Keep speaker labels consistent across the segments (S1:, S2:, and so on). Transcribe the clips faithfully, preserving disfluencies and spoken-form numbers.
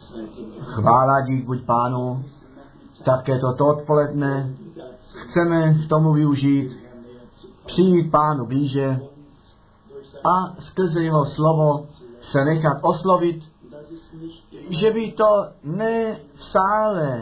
S1: Chvála dík buď Pánu, také toto odpoledne chceme k tomu využít, přijít Pánu blíže a skrze jeho slovo se nechat oslovit, že by to ne v sále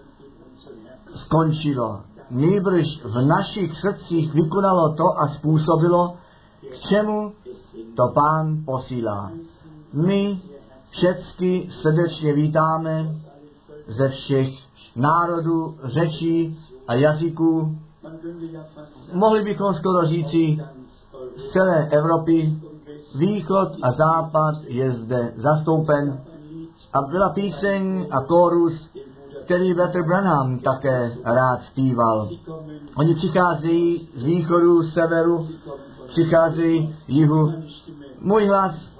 S1: skončilo, nýbrž v našich srdcích vykonalo to a způsobilo, k čemu to Pán posílá. My všecky srdečně vítáme ze všech národů, řečí a jazyků. Mohli bychom skoro říci z celé Evropy, východ a západ je zde zastoupen. A byla píseň a kórus, který bratr Branham také rád zpíval. Oni přicházejí z východu, z severu, přicházejí z jihu. Můj hlas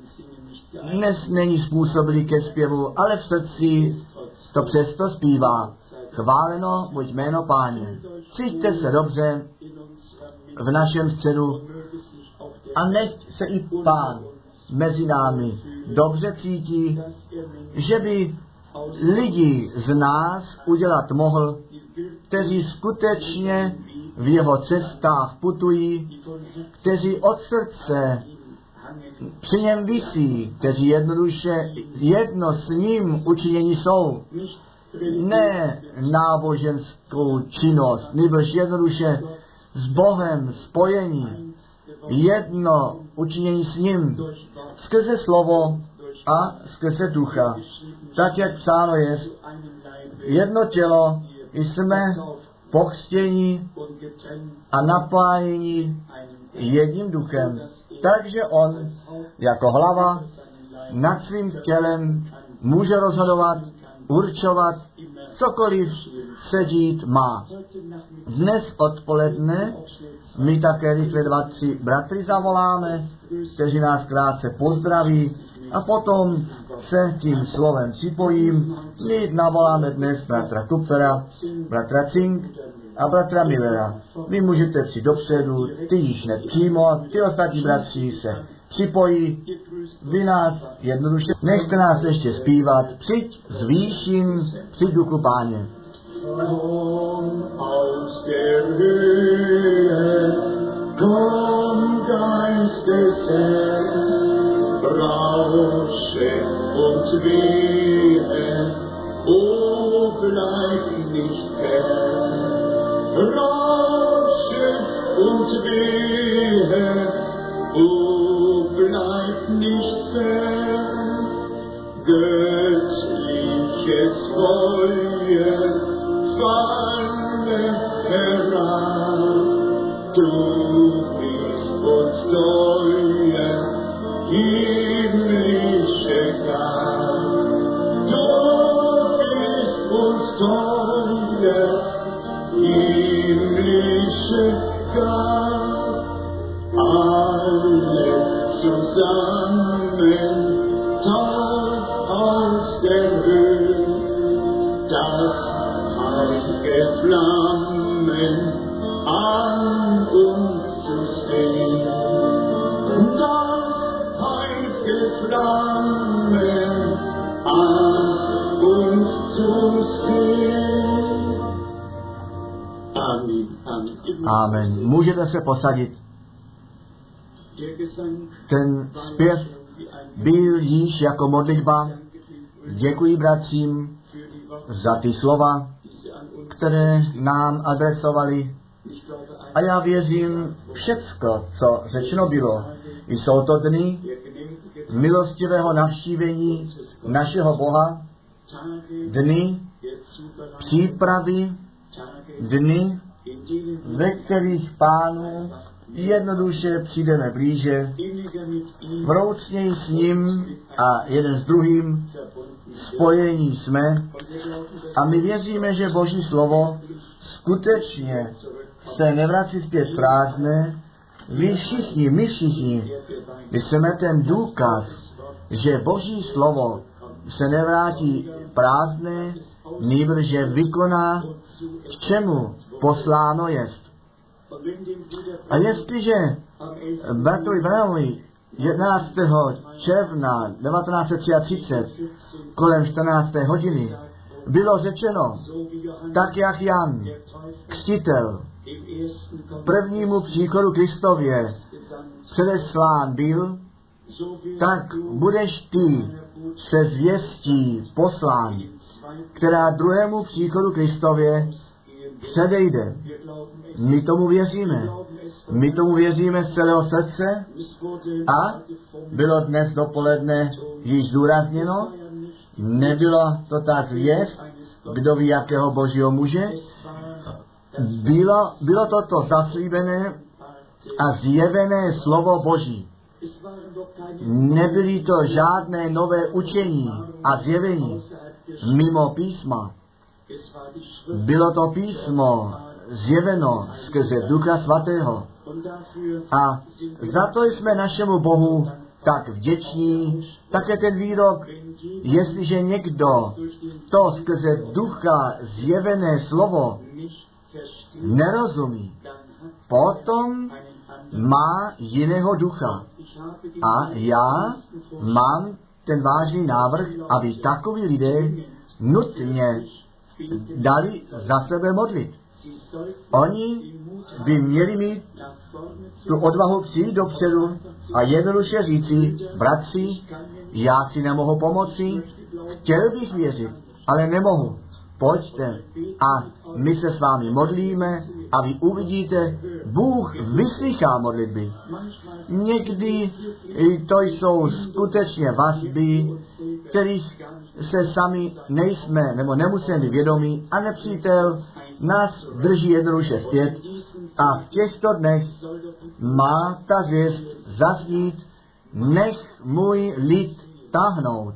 S1: dnes není způsobilý ke zpěvu, ale v srdci to přesto zpívá. Chváleno buď jméno Páně. Cíťte se dobře v našem středu a nechť se i Pán mezi námi dobře cítí, že by lidi z nás udělat mohl, kteří skutečně v jeho cestách putují, kteří od srdce při něm visí, kteří jednoduše jedno s ním učinění jsou. Ne náboženskou činnost, nýbrž jednoduše s Bohem spojení, jedno učinění s ním, skrze slovo a skrze ducha. Tak, jak psáno je, jedno tělo jsme pokřtění a napájení jedním duchem. Takže on jako hlava nad svým tělem může rozhodovat, určovat, cokoliv se dít má. Dnes odpoledne my také rychle dva, tři bratry zavoláme, kteří nás krátce pozdraví a potom se tím slovem připojím. My navoláme dnes bratra Kupfera, bratra Cink a bratra Millera. Vy můžete přijít dopředu, ty již nepřímo, ty ostatní bratři se připojí, vy nás jednoduše, nechte nás ještě zpívat, přijď s výšin, přijď duchu Páně.
S2: Komm aus der Höhe, komm Geist des Herrn, rausche und wehe, o bleib nicht fern. Rausche und wehe, o bleib nicht fern. Göttliches Feuer falle herab, du bist uns treue, himmlische Gabe. Du bist uns treue, himmlische Gabe. Alle zusammen, tauf aus der Höhe, das heilige Flammen an uns zu sehen, das heilige Flammen an uns zu sehen. Amen. Amen.
S1: Amen. Můžete se posadit. Ten zpěv byl již jako modlitba. Děkuji bratřím za ty slova, které nám adresovali. A já věřím, všecko, co řečeno bylo, jsou to dny milostivého navštívení našeho Boha, dny přípravy, dny, ve kterých Pánu jednoduše přijdeme blíže, vroucněji s ním a jeden s druhým spojení jsme a my věříme, že Boží slovo skutečně se nevrací zpět prázdné. Vy všichni, my všichni jsme ten důkaz, že Boží slovo se nevrátí prázdné, nýbrž že vykoná, k čemu posláno jest. A jestliže bratrovi Branhamovi jedenáctého června devatenáct set třináct kolem čtrnácté hodiny bylo řečeno, tak jak Jan Křtitel prvnímu příchodu Kristově předeslán byl, tak budeš ty se zvěstí poslán, která druhému příchodu Kristově předejde. My tomu věříme. My tomu věříme z celého srdce a bylo dnes dopoledne již zdůrazněno, nebylo to ta zvěst, kdo ví jakého božího muže, bylo, bylo toto zaslíbené a zjevené slovo Boží. Nebyly to žádné nové učení a zjevení mimo písma. Bylo to písmo zjeveno skrze Ducha Svatého. A za to jsme našemu Bohu tak vděční. Také ten výrok, jestliže někdo to skrze Ducha zjevené slovo nerozumí, potom má jiného ducha. A já mám ten vážný návrh, aby takoví lidé nutně dali za sebe modlit. Oni by měli mít tu odvahu přijít dopředu a jednoduše říci, bratři, já si nemohu pomoci, chtěl bych věřit, ale nemohu. Pojďte a my se s vámi modlíme a vy uvidíte, Bůh vyslychá modlitby. Někdy to jsou skutečně vazby, kterých se sami nejsme nebo nemusíme být vědomí a nepřítel nás drží jednoduše zpět. A v těchto dnech má ta zvěst zaznít, nech můj lid táhnout.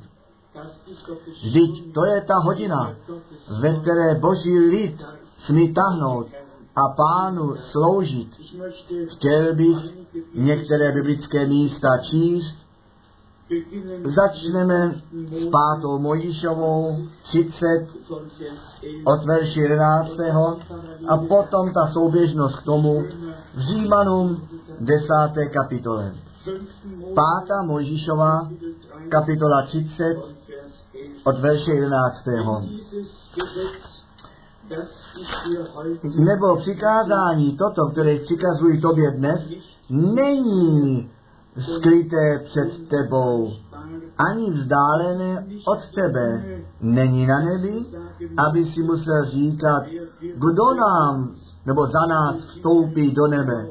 S1: Vždyť to je ta hodina, ve které Boží lid smí tahnout a Pánu sloužit. Chtěl bych některé biblické místa číst. Začneme s pátou Mojžíšovou třicet od verše jedenáctého a potom ta souběžnost k tomu v Římanům desáté kapitole. Pátá Mojžíšova kapitola třicet od verše jedenáctého. Nebo přikázání toto, které přikazují tobě dnes, není skryté před tebou, ani vzdálené od tebe. Není na nebi, aby si musel říkat, kdo nám, nebo za nás vstoupí do nebe.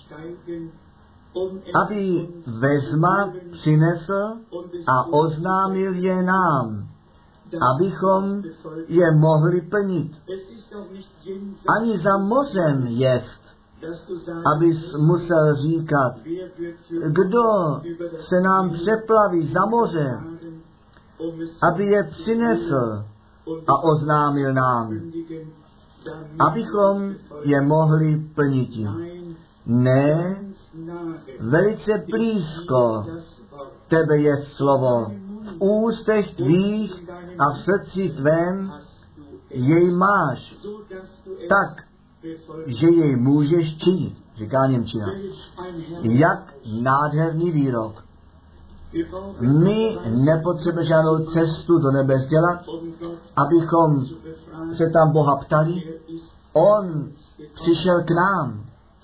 S1: Aby vezma přinesl a oznámil je nám, abychom je mohli plnit. Ani za mořem jest, abys musel říkat, kdo se nám přeplaví za moře, aby je přinesl a oznámil nám, abychom je mohli plnit. Ne, velice blízko tebe je slovo, v ústech tvých a v srdci tvém jej máš, tak, že jej můžeš činit, říká němčina. Jak nádherný výrok. My nepotřebujeme žádnou cestu do nebes dělat, abychom se tam Boha ptali. On přišel k nám,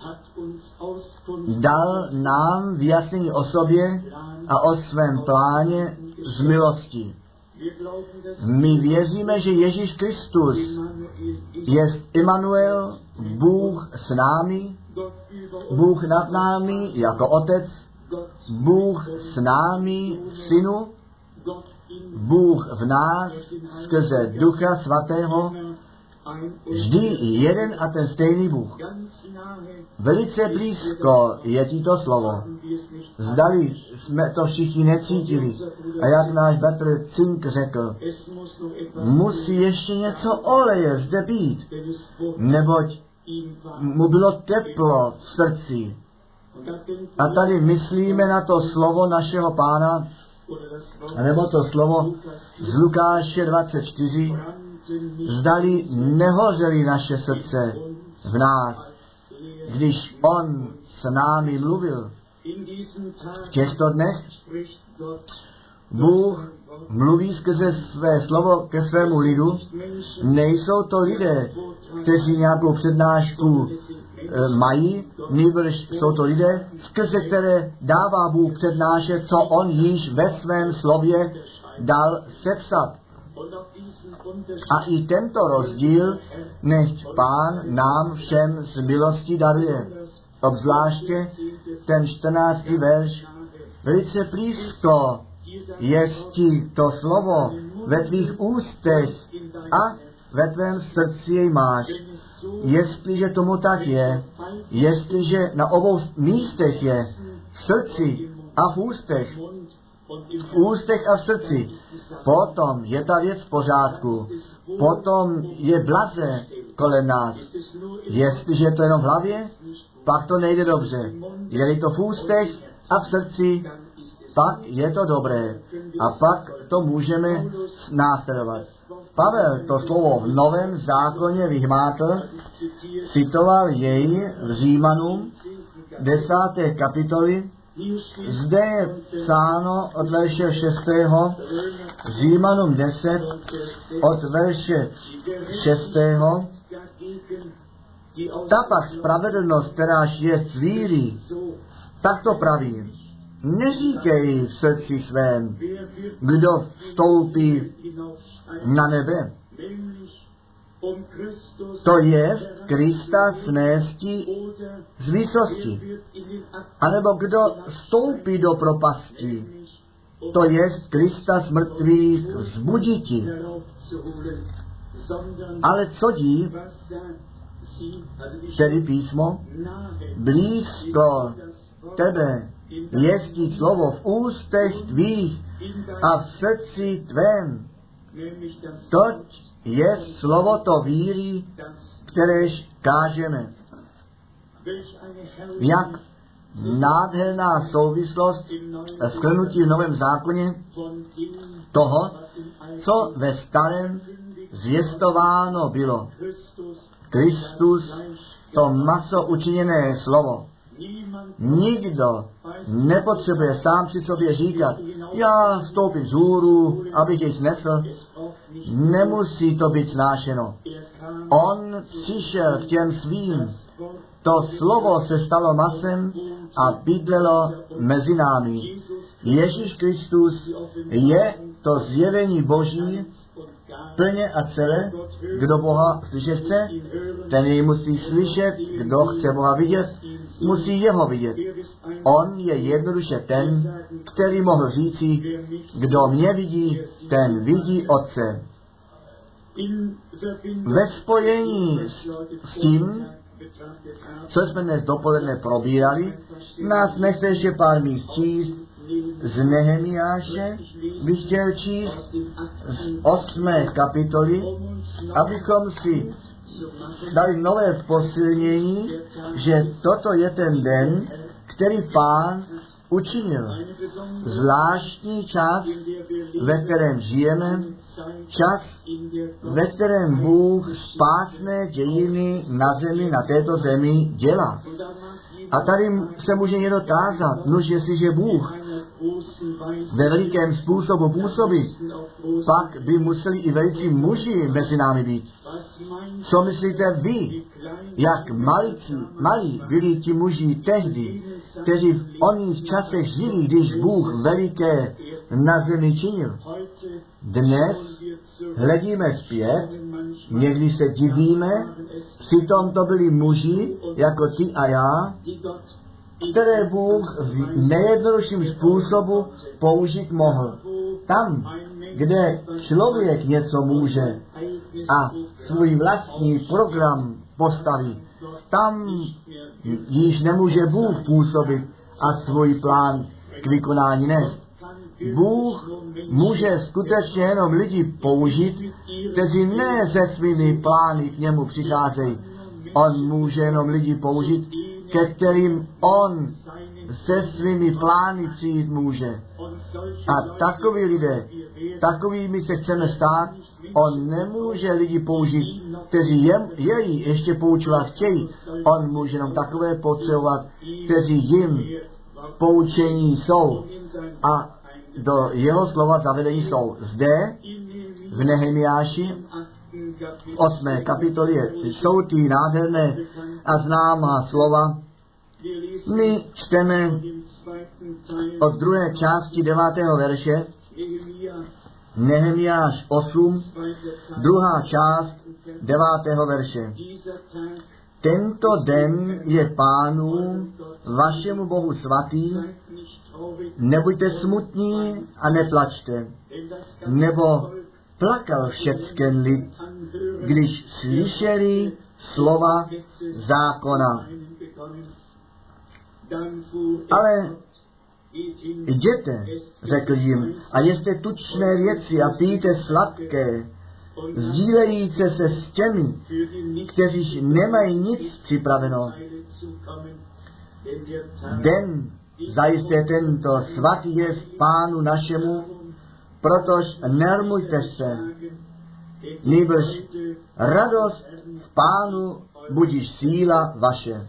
S1: dal nám vyjasnění o sobě a o svém pláně z milosti. My věříme, že Ježíš Kristus je Immanuel, Bůh s námi, Bůh nad námi jako Otec, Bůh s námi v Synu, Bůh v nás skrze Ducha Svatého, vždy jeden a ten stejný Bůh. Velice blízko je títo slovo. Zdali jsme to všichni necítili. A jak náš bratr Cink řekl, musí ještě něco oleje zde být, neboť mu bylo teplo v srdci. A tady myslíme na to slovo našeho Pána, nebo to slovo z Lukáše dvacet čtyři, zdali nehořely naše srdce v nás, když on s námi mluvil. V těchto dnech Bůh mluví skrze své slovo ke svému lidu. Nejsou to lidé, kteří nějakou přednášku e, mají, nýbrž jsou to lidé, skrze které dává Bůh přednášet, co on již ve svém slově dal sepsat. A i tento rozdíl nechť Pán nám všem z milosti daruje. Obzvláště ten čtrnáctý verš. Velice blízko jest ti to slovo ve tvých ústech a ve tvém srdci jej máš. Jestliže tomu tak je, jestliže na obou místech je, v srdci a v ústech, v ústech a v srdci, potom je ta věc v pořádku. Potom je blaze kolem nás. Jestliže je to jenom v hlavě, pak to nejde dobře. Je-li to v ústech a v srdci, pak je to dobré. A pak to můžeme následovat. Pavel to slovo v Novém zákoně vyhmátl, citoval jej v Římanům desáté kapitoly. Zde je psáno od verše šestého, Římanům deset, od verše šestého. Ta pak spravedlnost, kteráž je z víry, tak to praví. Neříkej v srdci svém, kdo vstoupí na nebe. To je Krista snésti z výsosti. A nebo kdo vstoupí do propasti. To je Krista z mrtvých vzbuditi. Ale co dí, tedy písmo, blízko tebe jestí slovo v ústech tvých a v srdci tvém. Toť je slovo to víry, kteréž kážeme. Jak nádherná souvislost shrnutí v Novém zákoně toho, co ve starém zvěstováno bylo. Kristus, to maso učiněné slovo. Nikdo nepotřebuje sám při sobě říkat, já vstoupím z hůru, abych jej snesl. Nemusí to být snášeno. On přišel k těm svým. To slovo se stalo masem a bydlelo mezi námi. Ježíš Kristus je to zjevení Boží plně a celé. Kdo Boha slyšet chce, ten jej musí slyšet. Kdo chce Boha vidět, musí jeho vidět. On je jednoduše ten, který mohl říci, kdo mě vidí, ten vidí Otce. Ve spojení s tím, co jsme dnes dopoledne probírali, nás nechce ještě pár míst číst. Z Nehemiáše bych chtěl číst z osmé kapitoly, abychom si dali nové posilnění, že toto je ten den, který Pán učinil. Zvláštní čas, ve kterém žijeme, čas, ve kterém Bůh spásné dějiny na zemi, na této zemi dělá. A tady se může někdo tázat, nož jestliže Bůh ve velikém způsobu působí, pak by museli i velicí muži mezi námi být. Co myslíte vy, jak malí, malí byli ti muži tehdy, kteří v oných časech žili, když Bůh veliké na zemi činil? Dnes hledíme zpět, někdy se divíme, přitom to byli muži, jako ty a já, které Bůh v nejjednodušším způsobu použít mohl. Tam, kde člověk něco může a svůj vlastní program postaví, tam již nemůže Bůh působit a svůj plán k vykonání nést. Bůh může skutečně jenom lidi použít, kteří ne se svými plány k němu přicházejí. On může jenom lidi použít, ke kterým on se svými plány přijít může. A takoví lidé, takovými se chceme stát, on nemůže lidi použít, kteří je, jej ještě poučovat chtějí. On může jenom takové potřebovat, kteří jim poučení jsou a do jeho slova zavedení jsou. Zde v Nehemiáši v osmé kapitole jsou ty nádherné a známá slova. My čteme od druhé části devátého verše Nehemiáš osm, druhá část devátého verše. Tento den je Pánu, vašemu Bohu svatý, nebuďte smutní a neplačte, nebo plakal všecken lid, když slyšeli slova zákona. Ale jděte, řekl jim, a jeste tučné věci a pijte sladké, sdílejíce se s těmi, kteří nemají nic připraveno. Den zajisté tento svatý je v Pánu našemu, protož nermujte se, nýbrž radost v Pánu budíš síla vaše.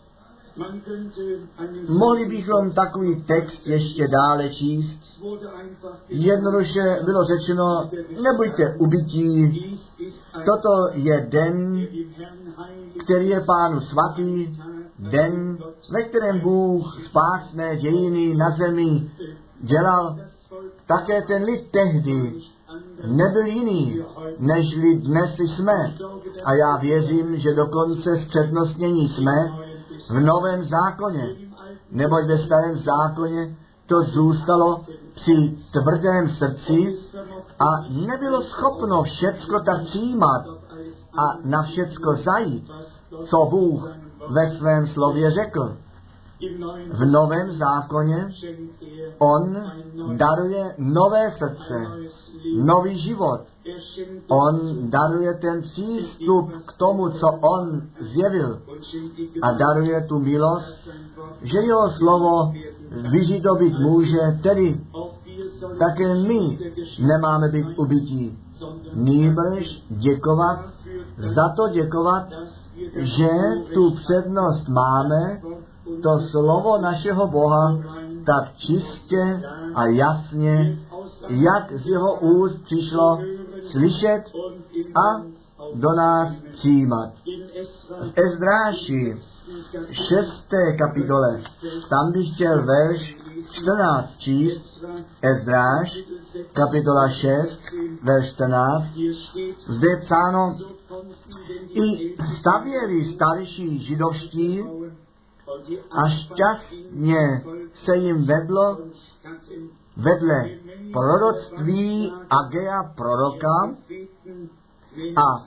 S1: Mohli bychom takový text ještě dále číst. Jednoduše bylo řečeno, nebuďte ubití, toto je den, který je Pánu svatý, den, ve kterém Bůh spásné dějiny na zemi dělal. Také ten lid tehdy nebyl jiný, než lid dnes jsme. A já věřím, že dokonce zpřednostnění jsme v Novém zákoně, neboť ve Starém zákoně to zůstalo při tvrdém srdci a nebylo schopno všecko tak přijímat a na všecko zajít, co Bůh ve svém slově řekl. V Novém zákoně on daruje nové srdce, nový život. On daruje ten přístup k tomu, co on zjevil. A daruje tu milost, že jeho slovo vyžito být může, tedy také my nemáme být ubití. Nýbrž děkovat, za to děkovat, že tu přednost máme, to slovo našeho Boha tak čistě a jasně, jak z jeho úst přišlo, slyšet a do nás přijímat. V Ezdráši šesté kapitole, tam bych chtěl verš čtrnáct číst, Ezdráš, kapitola šest, verš čtrnáct, zde je psáno, i stavěli starší židovští, a šťastně se jim vedlo vedle proroctví Agea proroka a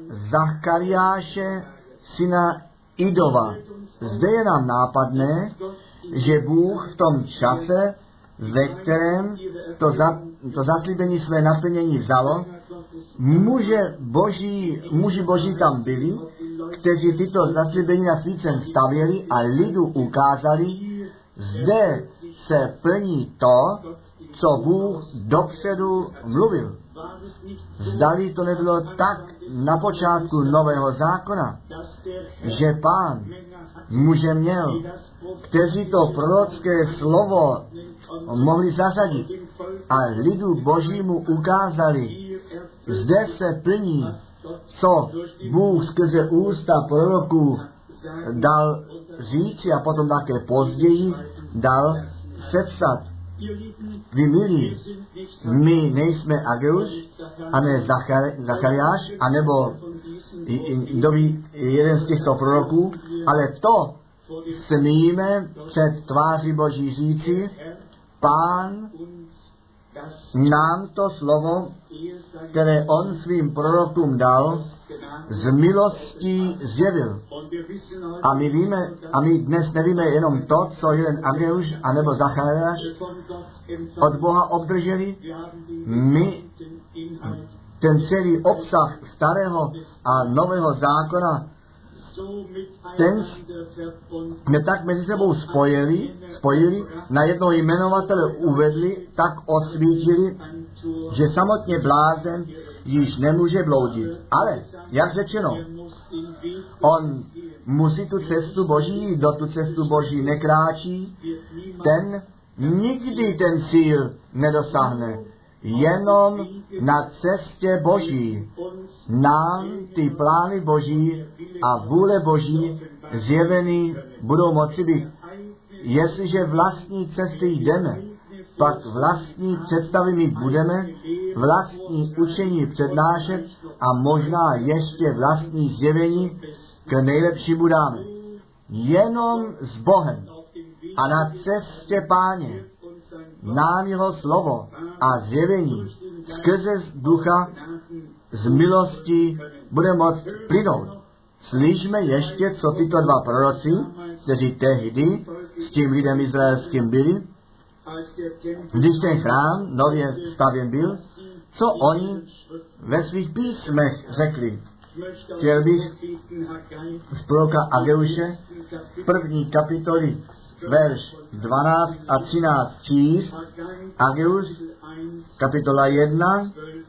S1: Zachariáše syna Idova. Zde je nám nápadné, že Bůh v tom čase, ve kterém to, za, to zaslíbení své naplnění vzalo, muže boží, muži boží tam byli, kteří tyto zaslíbení na svícen stavěli a lidu ukázali, zde se plní to, co Bůh dopředu mluvil. Zdali to nebylo tak na počátku Nového zákona, že Pán muže měl, kteří to prorocké slovo mohli zařadit a lidu božímu ukázali, zde se plní, co Bůh skrze ústa proroků dal říci a potom také později dal sepsat. Vy milí, my nejsme Ageus, a ne Zachariáš, anebo kdo ví, jeden z těchto proroků, ale to smíme před tváří Boží říci, Pán nám to slovo, které on svým prorokům dal, z milostí zjevil. A my víme, a my dnes nevíme jenom to, co jeden Ageuš anebo Zachariáš od Boha obdrželi. My ten celý obsah starého a nového zákona, ten jsme tak mezi sebou spojili, spojili, na jednoho jmenovatele uvedli, tak osvítili, že samotně blázen již nemůže bloudit. Ale, jak řečeno, on musí tu cestu Boží, kdo tu cestu Boží nekráčí, ten nikdy ten cíl nedosáhne. Jenom na cestě Boží nám ty plány Boží a vůle Boží zjevený budou moci být. Jestliže vlastní cesty jdeme, pak vlastní představy mít budeme, vlastní učení přednášet a možná ještě vlastní zjevení k nejlepšímu dáme. Jenom s Bohem a na cestě Páně nám jeho slovo a zjevení skrze ducha z milosti bude moct plynout. Slyšme ještě, co tyto dva proroci, kteří tehdy s tím lidem izraelským byli, když ten chrám nově stavěn byl, co oni ve svých písmech řekli. Chtěl bych z proroka Ageuše první kapitoly verš dvanáct a třináct číst. Ageus, kapitola jedna,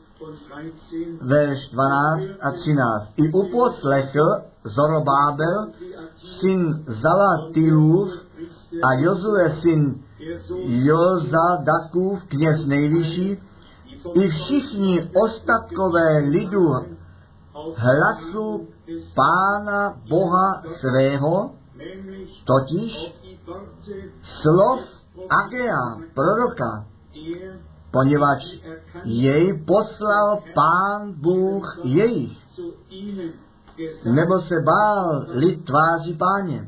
S1: verš dvanáct a třináct. I uposlechl Zorobábel, syn Zalatilův, a Jozue, syn Jozadakův, kněz nejvyšší, i všichni ostatkové lidu hlasu Pána Boha svého, totiž slov Agea, proroka, poněvadž jej poslal Pán Bůh jejich, nebo se bál lid tváří Páně.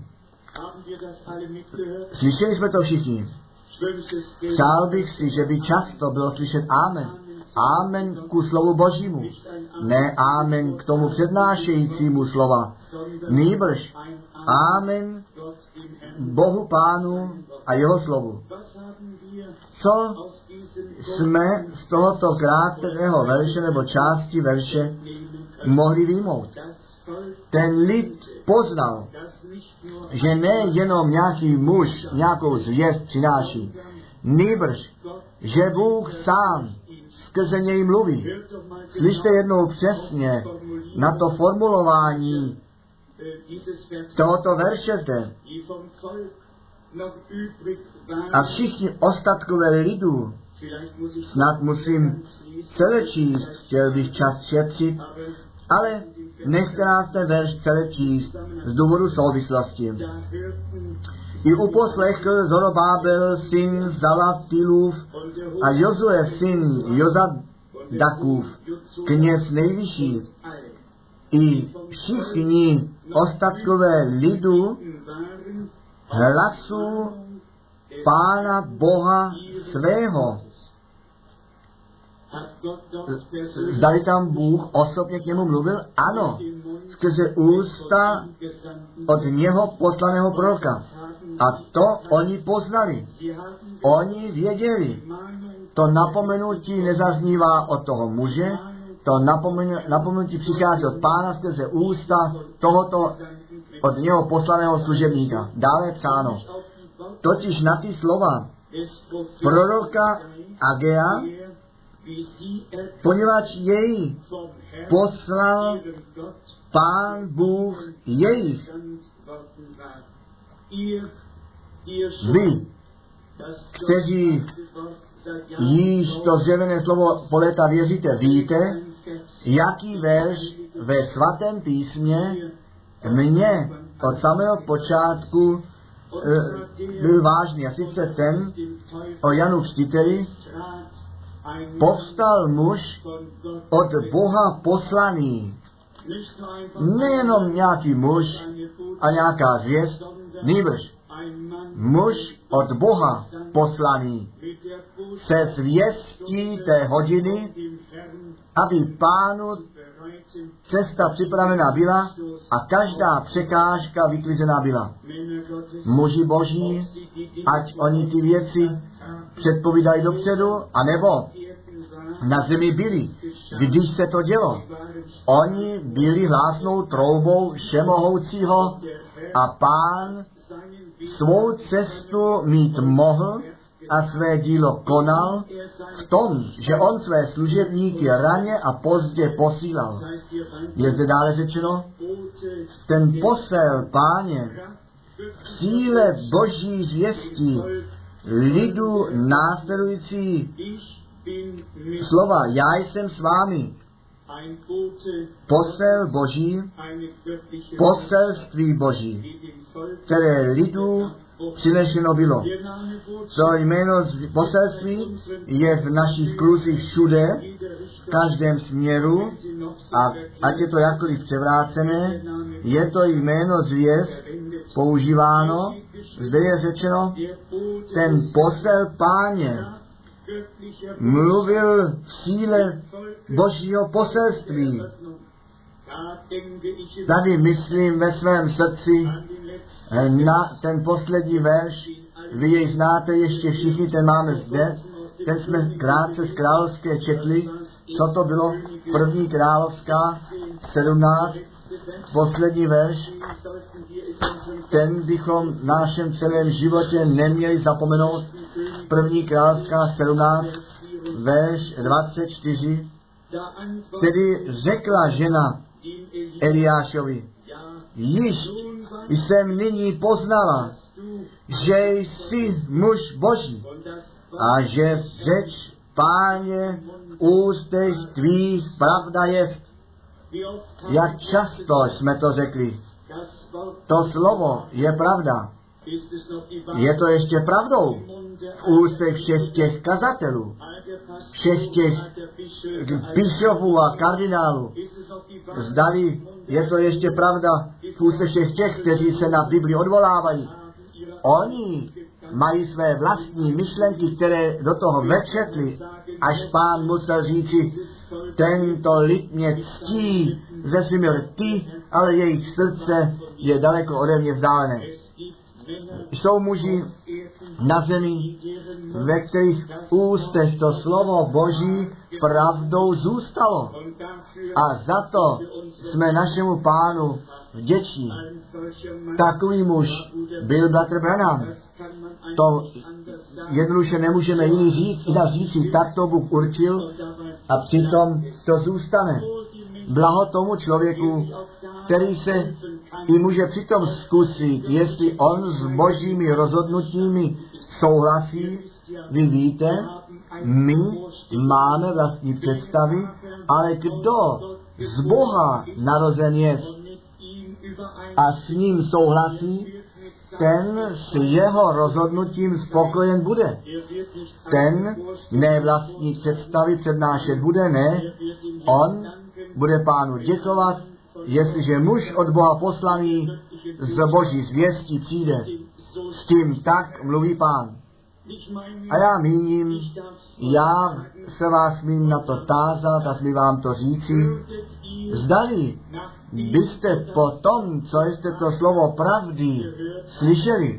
S1: Slyšeli jsme to všichni. Přál bych si, že by často bylo slyšet amen. Amen ku slovu Božímu. Ne amen k tomu přednášejícímu slova. Nýbrž amen Bohu Pánu a jeho slovu. Co jsme z tohoto krátkého verše nebo části verše mohli vyjmout? Ten lid poznal, že ne jenom nějaký muž nějakou zvěst přináší, nýbrž, že Bůh sám skrze něj mluví. Slyšte jednou přesně na to formulování tohoto verše zde. A všichni ostatkové lidu, snad musím celé číst, chtěl bych čas šetřit, ale nechte nás ten verš celé číst z důvodu souvislosti. I uposlechl Zorobábel, syn Zalatilův, a Jozue, syn Jozadakův, kněz nejvyšší, i všichni ostatkové lidu hlasu Pána Boha svého. Zdali tam Bůh osobně k němu mluvil? Ano, skrze ústa od něho poslaného proroka. A to oni poznali. Oni věděli. To napomenutí nezaznívá od toho muže, to napomenutí přichází od Pána skrze ústa tohoto od něho poslaného služebníka. Dále je psáno. Totiž na ty slova proroka Agea, poněvadž jej poslal Pán Bůh jejich. Vy, kteří již to zjevené slovo po léta věříte, víte, jaký verš ve svatém písmě mě od samého počátku e, byl vážný. A sice ten o Janu Křtiteli, povstal muž od Boha poslaný. Nejenom nějaký muž a nějaká zvěst, nýbrž muž od Boha poslaný se zvěstí té hodiny, aby Pánu cesta připravená byla a každá překážka vyklizená byla. Muži Boží, ať oni ty věci předpovídají dopředu, anebo na zemi byli, když se to dělo. Oni byli hlásnou troubou všemohoucího a Pán svou cestu mít mohl a své dílo konal v tom, že on své služebníky raně a pozdě posílal. Je zde dále řečeno, ten posel Páně v síle boží zvěstí lidu následující slova, já jsem s vámi. Posel boží, poselství boží, které lidu přinešeno bylo. To jméno poselství je v našich kruzích všude, v každém směru, a ať je to jakkoliv převrácené, je to jméno zvěst používáno. Zde je řečeno, ten posel Páně mluvil v síle božího poselství. Tady myslím ve svém srdci na ten poslední verš, vy jej znáte ještě všichni, ten máme zde, ten jsme krátce z královské četli, co to bylo, první královská sedmnáct, poslední verš, ten bychom v našem celém životě neměli zapomenout, první královská sedmnáct, verš dvacet čtyři, tedy řekla žena Eliášovi, již jsem nyní poznala, že jsi muž boží a že řeč Páně v ústech tvých pravda jest. Jak často jsme to řekli, to slovo je pravda. Je to ještě pravdou v ústech všech těch kazatelů, všech těch bišofů a kardinálů. Zdali je to ještě pravda v ústech všech těch, kteří se na Bibli odvolávají. Oni mají své vlastní myšlenky, které do toho večetli, až Pán musel říci, tento lid mě ctí ze svými rty, ale jejich srdce je daleko ode mě vzdálené. Jsou muži na zemi, ve kterých ústech to slovo Boží pravdou zůstalo. A za to jsme našemu Pánu vděční. Takový muž byl bratr Branham. To jednoduše nemůžeme jiný říct, jinak říci, tak to Bůh určil a přitom to zůstane. Blaho tomu člověku, který se i může přitom zkusit, jestli on s božími rozhodnutími souhlasí. Vy víte, my máme vlastní představy, ale kdo z Boha narozen je a s ním souhlasí, ten s jeho rozhodnutím spokojen bude. Ten ne vlastní představy přednášet bude, ne. On bude Pánu děkovat, jestliže muž od Boha poslaný z boží zvěstí přijde. S tím tak mluví Pán. A já míním, já se vás mím na to tázat a smím vám to říci, zdali byste po tom, co jste to slovo pravdy slyšeli,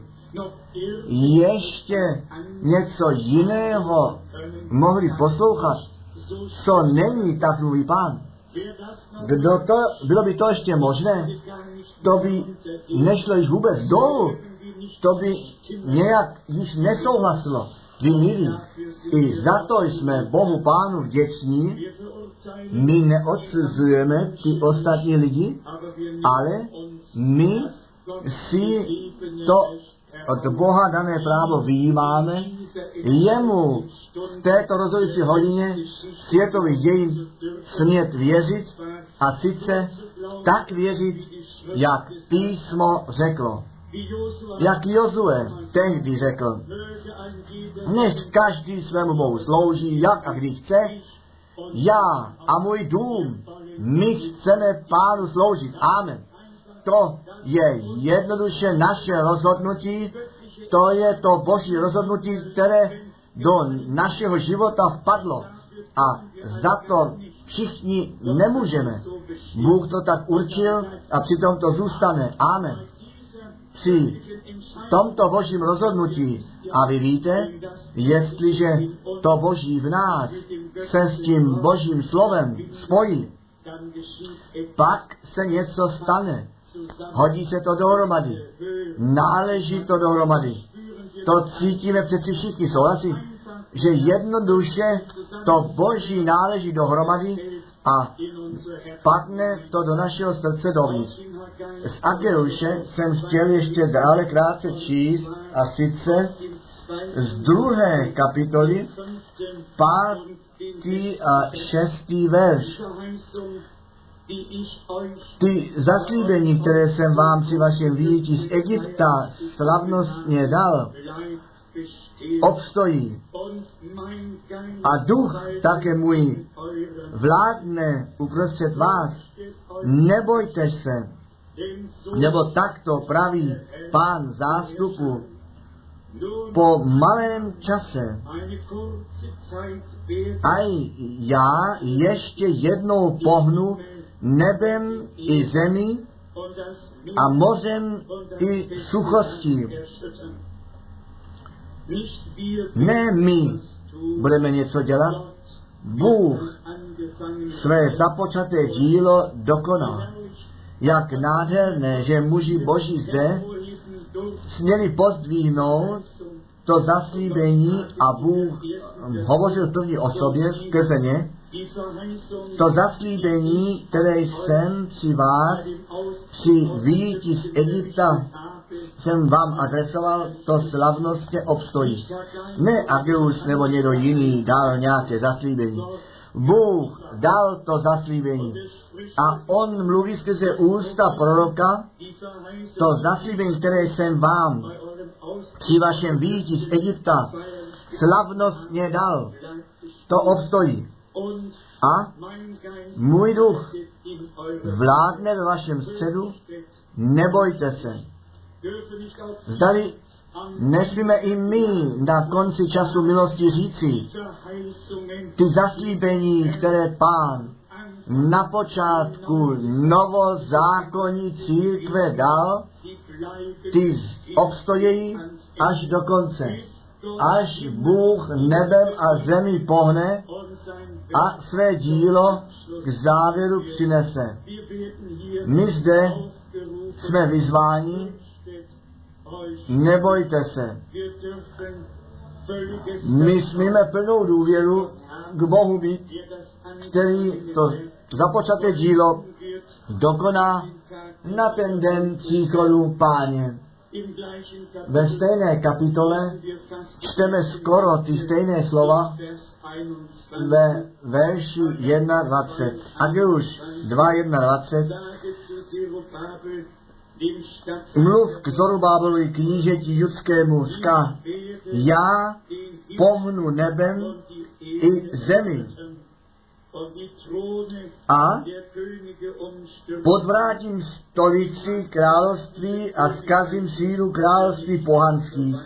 S1: ještě něco jiného mohli poslouchat, co není, tak mluví Pán. Kdo to, bylo by to ještě možné? To by nešlo již vůbec dolů. To by nějak již nesouhlasilo. Vy milí, i za to jsme Bohu Pánu vděční. My neodsuzujeme ty ostatní lidi, ale my si to od Boha dané právo vyjímáme, jemu v této rozhodující hodině světových dějin smět věřit, a sice tak věřit, jak písmo řeklo. Jak Jozue tehdy řekl, nech každý svému Bohu slouží, jak a kdy chce, já a můj dům, my chceme Pánu sloužit. Amen. To je jednoduše naše rozhodnutí, to je to Boží rozhodnutí, které do našeho života vpadlo. A za to všichni nemůžeme. Bůh to tak určil a přitom to zůstane. Amen. Při tomto Božím rozhodnutí, a vy víte, jestliže to Boží v nás se s tím Božím slovem spojí, pak se něco stane. Hodí se to dohromady. Náleží to dohromady. To cítíme přeci všichni, souhlasí, že jednoduše to Boží náleží dohromady a padne to do našeho srdce dovnitř. Z Ageuše jsem chtěl ještě dále krátce číst, a sice z druhé kapitoly, pátý a šestý verš. Ty zaslíbení, které jsem vám při vašem výjití z Egypta slavnostně dal, obstojí. A duch také můj vládne uprostřed vás. Nebojte se, nebo takto praví Pán zástupu. Po malém čase aj já ještě jednou pohnu nebem i zemi a mořem i suchostí. Ne my budeme něco dělat, Bůh své započaté dílo dokoná. Jak nádherné, že muži Boží zde směli pozdvihnout to zaslíbení a Bůh hovořil v první osobě skrze ně. To zaslíbení, které jsem při vás, při výjití z Egypta, jsem vám adresoval, to slavnostně obstojí. Ne Ageus nebo někdo jiný dal nějaké zaslíbení. Bůh dal to zaslíbení a on mluví skrze ústa proroka, to zaslíbení, které jsem vám při vašem výjití z Egypta slavnostně dal, to obstojí. A můj duch vládne ve vašem středu, nebojte se. Zdali nesmíme i my na konci času milosti říci, ty zaslíbení, které Pán na počátku novozákonní církve dal, ty obstojí až do konce. Až Bůh nebem a zemi pohne a své dílo k závěru přinese. My zde jsme vyzváni, nebojte se. My smíme plnou důvěru k Bohu být, který to započaté dílo dokoná na ten den příchodu Páně. Ve stejné kapitole čteme skoro ty stejné slova ve verši dvacet jedna. Ageuš dva dvacet jedna. Mluv k Zorobábelovi knížeti judskému, říká, já pohnu nebem i zemi a podvrátím stolici království a zkazím sílu království pohanských.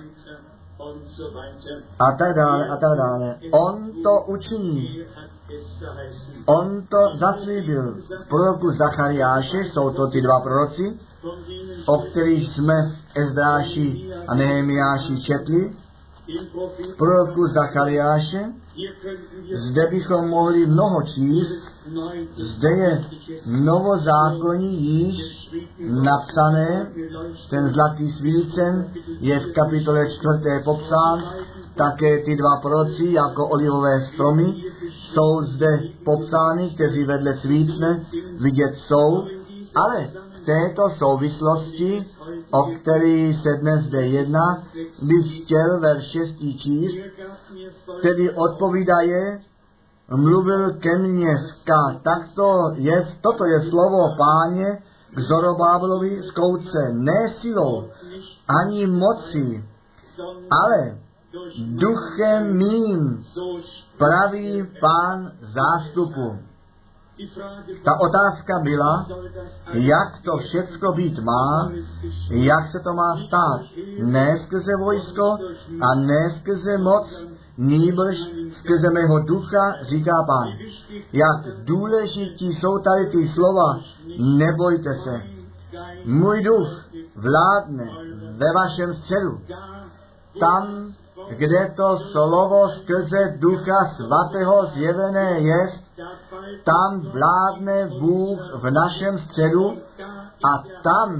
S1: A tak dále, a tak dále. On to učiní. On to zaslíbil. V proroku Zachariáše jsou to ty dva proroci, o kterých jsme v Ezdráši a Nehemiáši četli. V proroku Zachariáše, zde bychom mohli mnoho číst, zde je novozákonní již napsané, ten zlatý svícen je v kapitole čtvrté popsán, také ty dva proroci jako olivové stromy jsou zde popsány, kteří vedle svícne vidět jsou, ale v této souvislosti, o který se dnes zde jedná, bych chtěl verš šestý číst, který odpovídaje, mluvil ke mně zká, tak to je, toto je slovo Páně k Zorobábelovi zkouce, ne silou, ani moci, ale duchem mým, praví Pán zástupu. Ta otázka byla, jak to všecko být má, jak se to má stát. Ne skrze vojsko a ne skrze moc, nýbrž skrze mého ducha, říká Pán. Jak důležití jsou tady ty slova, nebojte se. Můj duch vládne ve vašem středu. Tam, kde to slovo skrze Ducha Svatého zjevené jest, tam vládne Bůh v našem středu a tam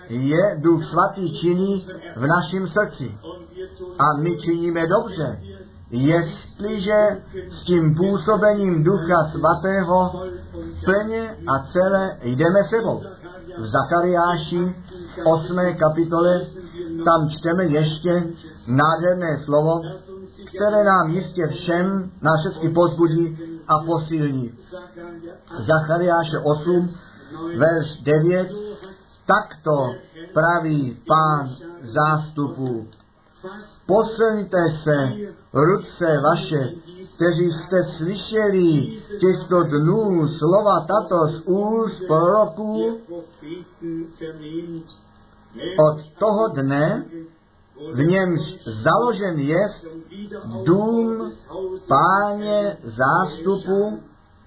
S1: je Duch Svatý činí v našem srdci. A my činíme dobře, jestliže s tím působením Ducha Svatého plně a celé jdeme sebou. V Zachariáši osmé kapitole tam čteme ještě nádherné slovo, které nám jistě všem nás všechny pozbudí a posilní. Zachariáše osm, verš devět, takto praví Pán zástupů. Posilňte se, ruce vaše, kteří jste slyšeli těchto dnů slova tato z úst proroků, od toho dne, v němž založen je dům Páně zástupu,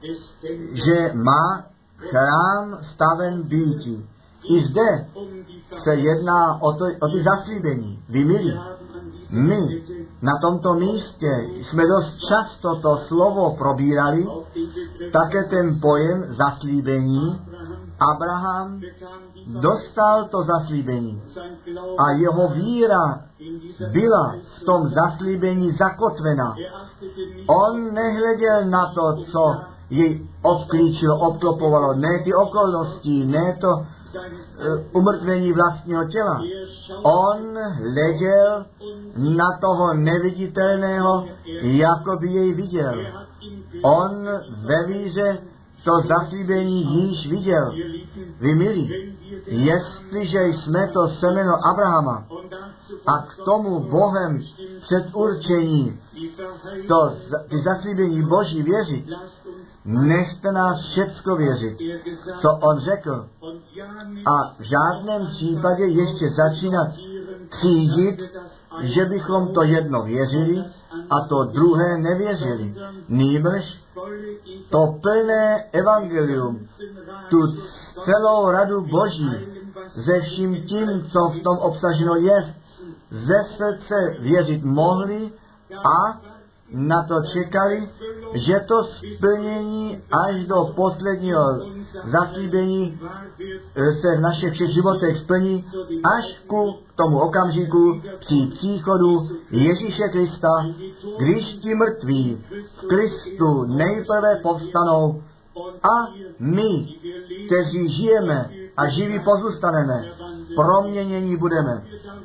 S1: že má chrám staven býti. I zde se jedná o, to, o ty zaslíbení. Vy milí, my na tomto místě jsme dost často to slovo probírali, také ten pojem zaslíbení. Abraham dostal to zaslíbení a jeho víra byla v tom zaslíbení zakotvena. On nehleděl na to, co jej obklíčilo, obklopovalo, ne ty okolnosti, ne to uh, umrtvení vlastního těla. On hleděl na toho neviditelného, jako by jej viděl. On ve víře to zaslíbení již viděl. Vy milí, jestliže jsme to semeno Abrahama a k tomu Bohem předurčení to, ty zaslíbení Boží věřit, nechte nás všecko věřit, co on řekl, a v žádném případě ještě začínat třídit, že bychom to jedno věřili a to druhé nevěřili. Nýbrž to plné evangelium, tu celou radu Boží, ze vším tím, co v tom obsaženo je, ze srdce věřit mohli a na to čekali, že to splnění až do posledního zaslíbení se v našich všech životech splní, až ku tomu okamžiku při příchodu Ježíše Krista, když ti mrtví v Kristu nejprve povstanou a my, kteří žijeme a živí pozůstaneme, proměnění budeme.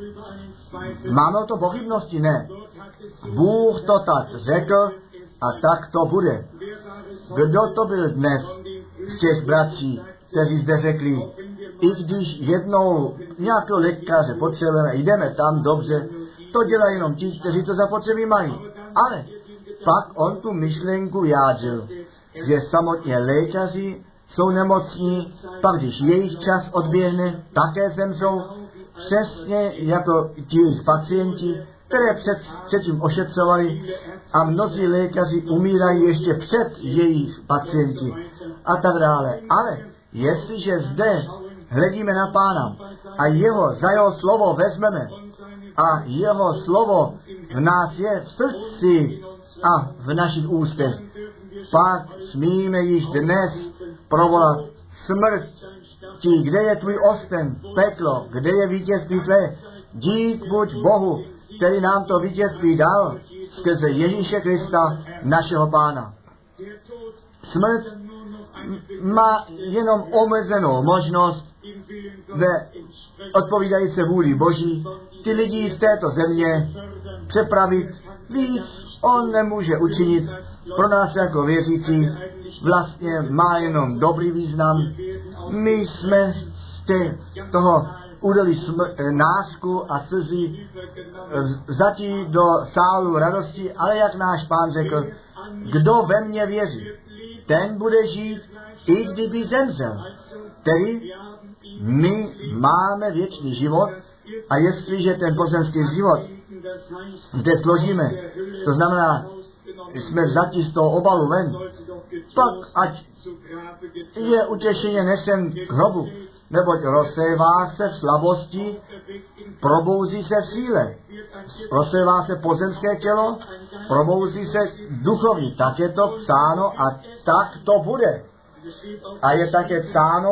S1: Máme o to pochybnosti? Ne. Bůh to tak řekl a tak to bude. Kdo to byl dnes z těch bratří, kteří zde řekli, i když jednou nějakého lékaře potřebujeme, jdeme tam dobře, to dělají jenom ti, kteří to zapotřebí mají. Ale pak on tu myšlenku vyjádřil, že samotně lékaři jsou nemocní, pak když jejich čas odběhne, také zemřou, přesně jako ti jejich pacienti, které před, předtím ošetřovali, a mnozí lékaři umírají ještě před jejich pacienti a tak dále. Ale jestliže zde hledíme na Pána a jeho, za jeho slovo vezmeme a jeho slovo v nás je v srdci a v našich ústech, pak smíme již dnes provolat smrt. Ti, kde je tvůj osten, peklo, kde je vítězství tvé? Dík buď Bohu, který nám to vítězství dal skrze Ježíše Krista, našeho Pána. Smrt má jenom omezenou možnost ve odpovídající vůli Boží ty lidi z této země přepravit. Víc on nemůže učinit. Pro nás jako věřící vlastně má jenom dobrý význam. My jsme z té, toho udali nářku a slzí vzatí do sálu radosti, ale jak náš Pán řekl, kdo ve mně věří, ten bude žít, i kdyby zemřel. Tedy my máme věčný život a jestliže ten pozemský život zde složíme, to znamená, jsme vzati z toho obalu ven, pak ať je utěšeně nesen k hrobu, neboť rozsévá se v slabosti, probouzí se v síle. Rozsévá se pozemské tělo, probouzí se duchovní. Tak je to psáno a tak to bude. A je také psáno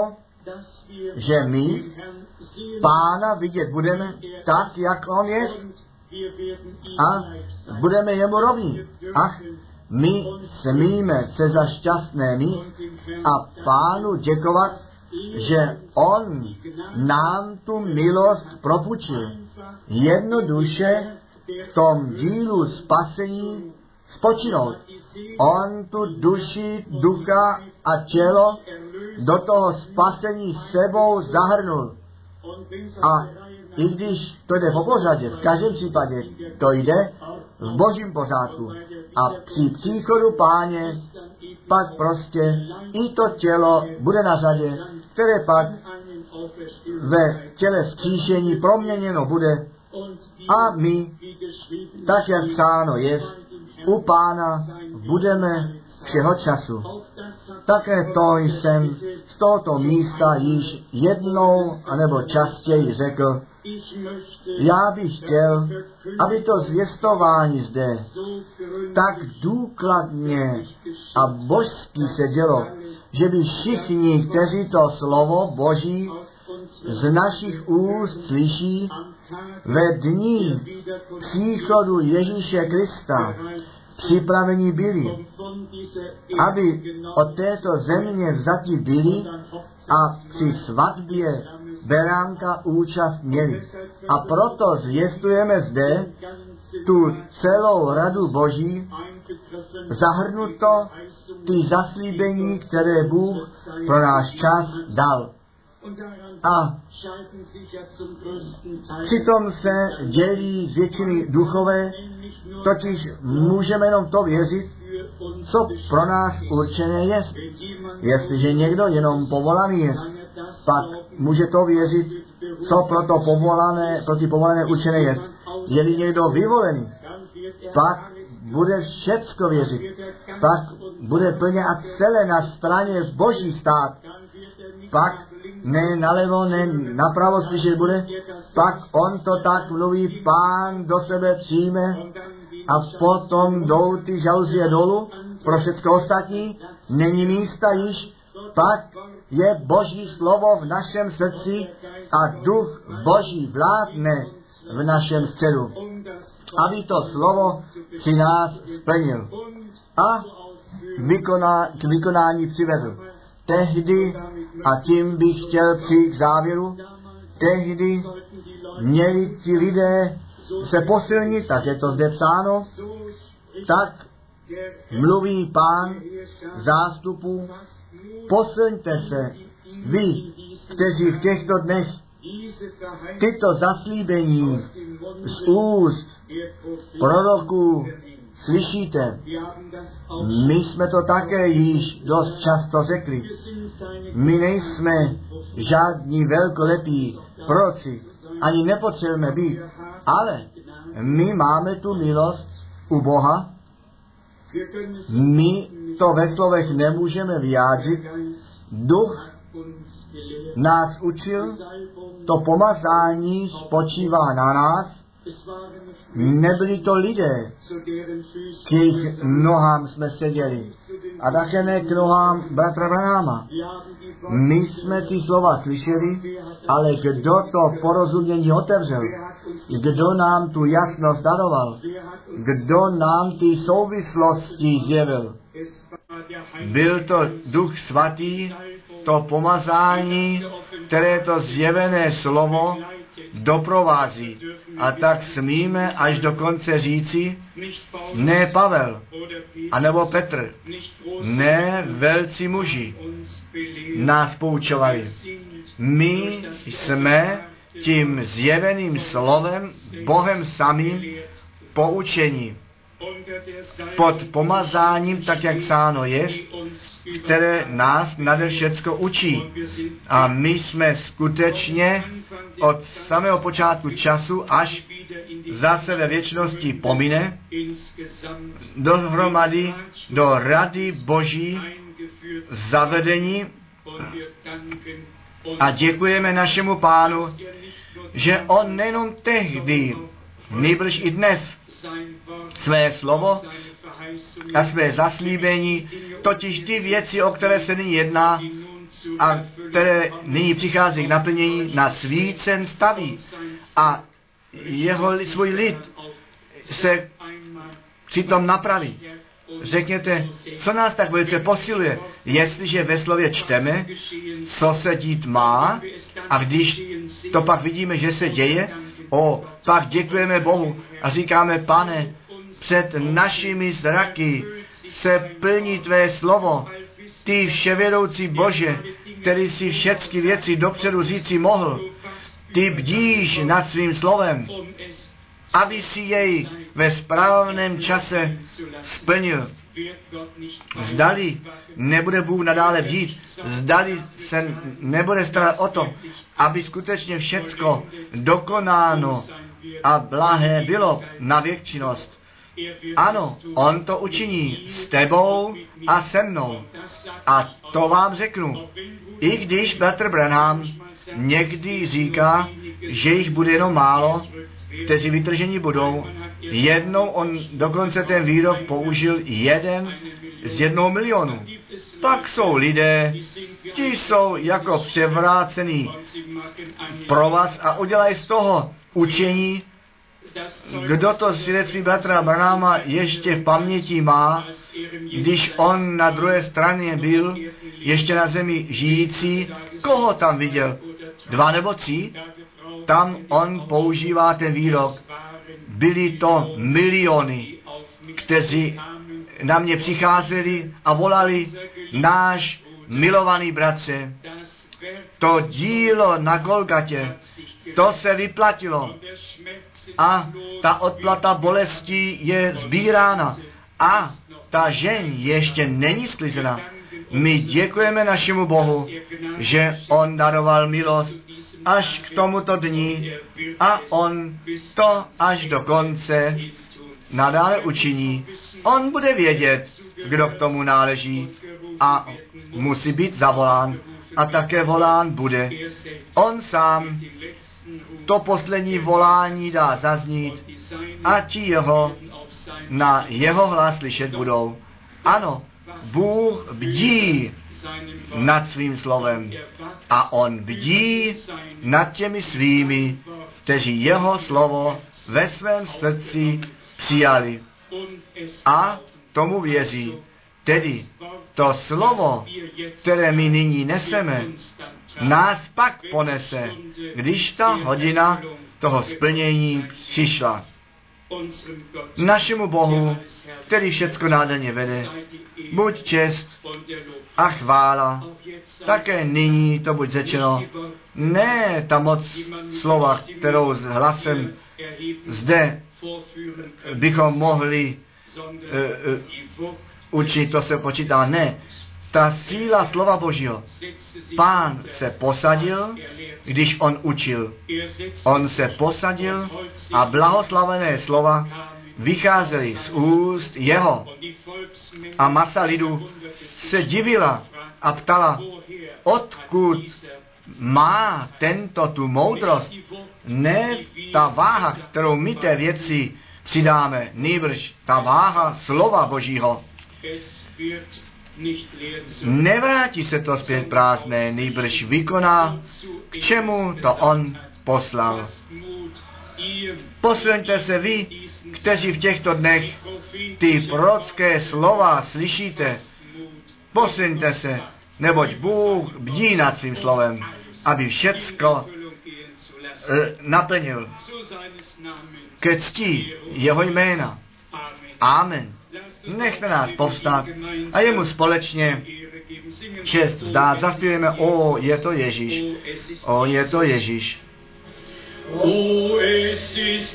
S1: že my Pána vidět budeme tak, jak on je, a budeme jemu rovní. Ach, my smíme se za šťastné mít a Pánu děkovat, že on nám tu milost propůjčil. Jednoduše v tom dílu spasení spočinout. On tu duši, ducha a tělo do toho spasení sebou zahrnul. A i když to jde po pořadě, v každém případě to jde v božím pořádku. A při příchodu Páně pak prostě i to tělo bude na řadě, které pak ve těle vzkříšení proměněno bude. A my, tak jak psáno je, u Pána budeme všeho času. Také to jsem z tohoto místa již jednou anebo častěji řekl. Já bych chtěl, aby to zvěstování zde tak důkladně a božsky se dělo, že by všichni, kteří to slovo Boží z našich úst slyší, ve dní příchodu Ježíše Krista připraveni byli, aby od této země vzati byli a při svatbě beránka účast měli. A proto zvěstujeme zde tu celou radu Boží, zahrnuto ty zaslíbení, které Bůh pro náš čas dal. A přitom se dělí z většiny duchové, totiž můžeme jenom to věřit, co pro nás určené je. Jestliže někdo jenom povolaný je, pak může to věřit, co pro to povolané, pro ty povolané určené je. Je-li někdo vyvolený, pak bude všecko věřit. Pak bude plně a celé na straně Boží stát. Pak ne nalevo, ne napravo slyšet bude, pak on to tak mluví, Pán do sebe přijme a potom jdou ty žaluzie dolů pro všecko ostatní, není místa již, pak je Boží slovo v našem srdci a duch Boží vládne v našem středu, aby to slovo při nás splnil a vykoná, k vykonání přivedl. Tehdy, a tím bych chtěl přijít k závěru, tehdy měli ti lidé se posilnit, tak je to zde psáno, tak mluví Pán zástupů, posilňte se, vy, kteří v těchto dnech tyto zaslíbení z úst proroků slyšíte. My jsme to také již dost často řekli. My nejsme žádní velkolepí proroci, ani nepotřebujeme být, ale my máme tu milost u Boha. My to ve slovech nemůžeme vyjádřit. Duch nás učil, to pomazání spočívá na nás. Nebyli to lidé, k jejich nohám jsme seděli. A také ne k nohám bratra Branáma. My jsme ty slova slyšeli, ale kdo to porozumění otevřel? Kdo nám tu jasnost daroval? Kdo nám ty souvislosti zjevil? Byl to Duch Svatý, to pomazání, které to zjevené slovo doprovází. A tak smíme až do konce říci, ne Pavel, anebo Petr, ne velcí muži nás poučovali. My jsme tím zjeveným slovem, Bohem samým poučení. Pod pomazáním, tak jak psáno je, které nás nade všecko učí. A my jsme skutečně od samého počátku času až zase ve věčnosti pomine dohromady do rady Boží zavedení a děkujeme našemu Pánu, že on nejenom tehdy, nejbrž i dnes své slovo a své zaslíbení, totiž ty věci, o které se nyní jedná, a které nyní přichází k naplnění, na svícen staví a jeho svůj lid se přitom napraví. Řekněte, co nás tak velice posiluje, jestliže ve slově čteme, co se dít má, a když to pak vidíme, že se děje, o, pak děkujeme Bohu a říkáme, Pane, před našimi zraky se plní tvé slovo, ty vševědoucí Bože, který si všechny věci dopředu říci mohl, ty bdíš nad svým slovem, aby si jej ve správném čase splnil. Zdali nebude Bůh nadále bdít, zdali se nebude starat o to, aby skutečně všecko dokonáno a blahé bylo na věčnost. Ano, on to učiní s tebou a se mnou. A to vám řeknu. I když bratr Branham někdy říká, že jich bude jenom málo, kteří vytržení budou, jednou on dokonce ten výrok použil jeden z jednoho milionu. Pak jsou lidé, ti jsou jako převrácený provaz a udělají z toho učení. Kdo to svědectví bratra Branhama ještě v paměti má, když on na druhé straně byl, ještě na zemi žijící, koho tam viděl? Dva nebo tři? Tam on používá ten výrok. Byly to miliony, kteří na mě přicházeli a volali, náš milovaný bratře, to dílo na Golgatě, to se vyplatilo a ta odplata bolesti je sbírána a ta žeň ještě není sklizena. My děkujeme našemu Bohu, že on daroval milost až k tomuto dni a on to až do konce nadále učiní. On bude vědět, kdo k tomu náleží a musí být zavolán a také volán bude. On sám to poslední volání dá zaznít a ti jeho na jeho hlas slyšet budou. Ano, Bůh bdí nad svým slovem a on bdí nad těmi svými, kteří jeho slovo ve svém srdci přijali a tomu věří. Tedy to slovo, které my nyní neseme, nás pak ponese, když ta hodina toho splnění přišla. Našemu Bohu, který všecko nádherně vede, buď čest a chvála, také nyní to buď řečeno, ne ta moc slova, kterou s hlasem zde bychom mohli uh, uh, učit, to se počítá, ne. Ta síla slova Božího. Pán se posadil, když on učil. On se posadil a blahoslavené slova vycházely z úst jeho. A masa lidu se divila a ptala, odkud má tento tu moudrost, ne ta váha, kterou my té věci přidáme, nýbrž ta váha slova Božího. Nevrátí se to zpět prázdné, nýbrž vykoná, k čemu to on poslal. Posilňte se vy, kteří v těchto dnech ty prorocké slova slyšíte. Posilňte se, neboť Bůh bdí nad svým slovem, aby všecko e, naplnil ke cti jeho jména. Amen. Nechte nás povstat a jemu společně čest vzdát. Zaspívujeme, o, je to Ježíš. O, je to Ježíš.
S2: O, es ist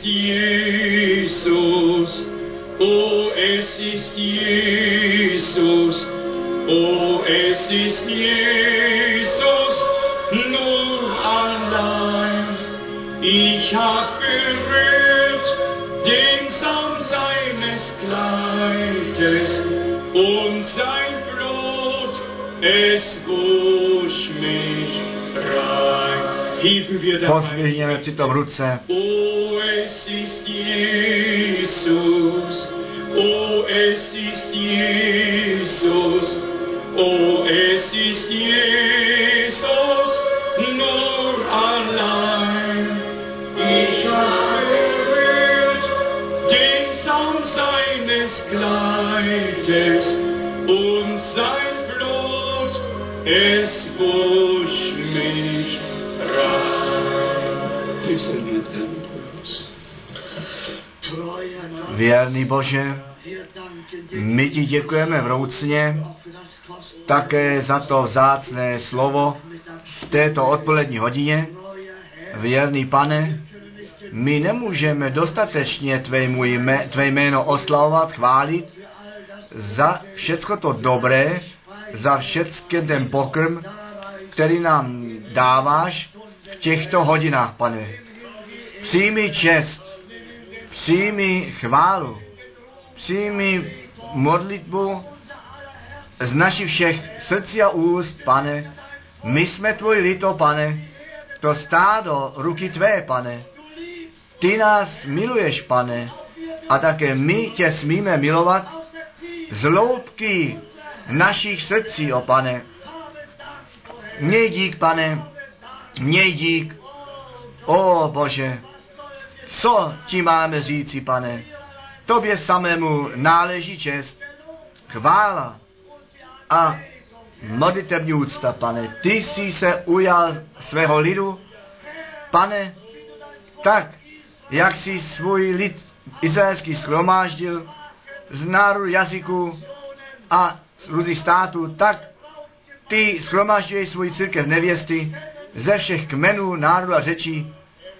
S2: Jesus. O, es ist Jesus. O, es ist Jesus. Nur allein. Ich hab berührt den Saum seines Kleides und sein Blut, es wusch mich rein. Heben wir
S1: Pozvihněme přitom ruce.
S2: O, es ist Jesus, o, es ist Jesus, o, es ist Jesus.
S1: Věrný Bože, my ti děkujeme vroucně také za to vzácné slovo v této odpolední hodině. Věrný Pane, my nemůžeme dostatečně tvému jmé, tvé jméno oslavovat, chválit za všecko to dobré, za všechny ten pokrm, který nám dáváš v těchto hodinách, Pane. Přijmi čest, přijmi chválu, přijmi modlitbu z našich všech srdcí a úst, Pane. My jsme tvůj lito, Pane, to stádo ruky tvé, Pane. Ty nás miluješ, Pane, a také my tě smíme milovat z hloubky našich srdcí, o Pane. Měj dík, Pane, měj dík, o Bože, co ti máme říci, Pane. Tobě samému náleží čest, chvála a modlitební úcta, Pane. Ty jsi se ujal svého lidu, Pane, tak, jak jsi svůj lid izraelský shromáždil z národů, jazyků a z různých států, tak ty shromážďuješ svůj církev nevěsty ze všech kmenů, národů a řečí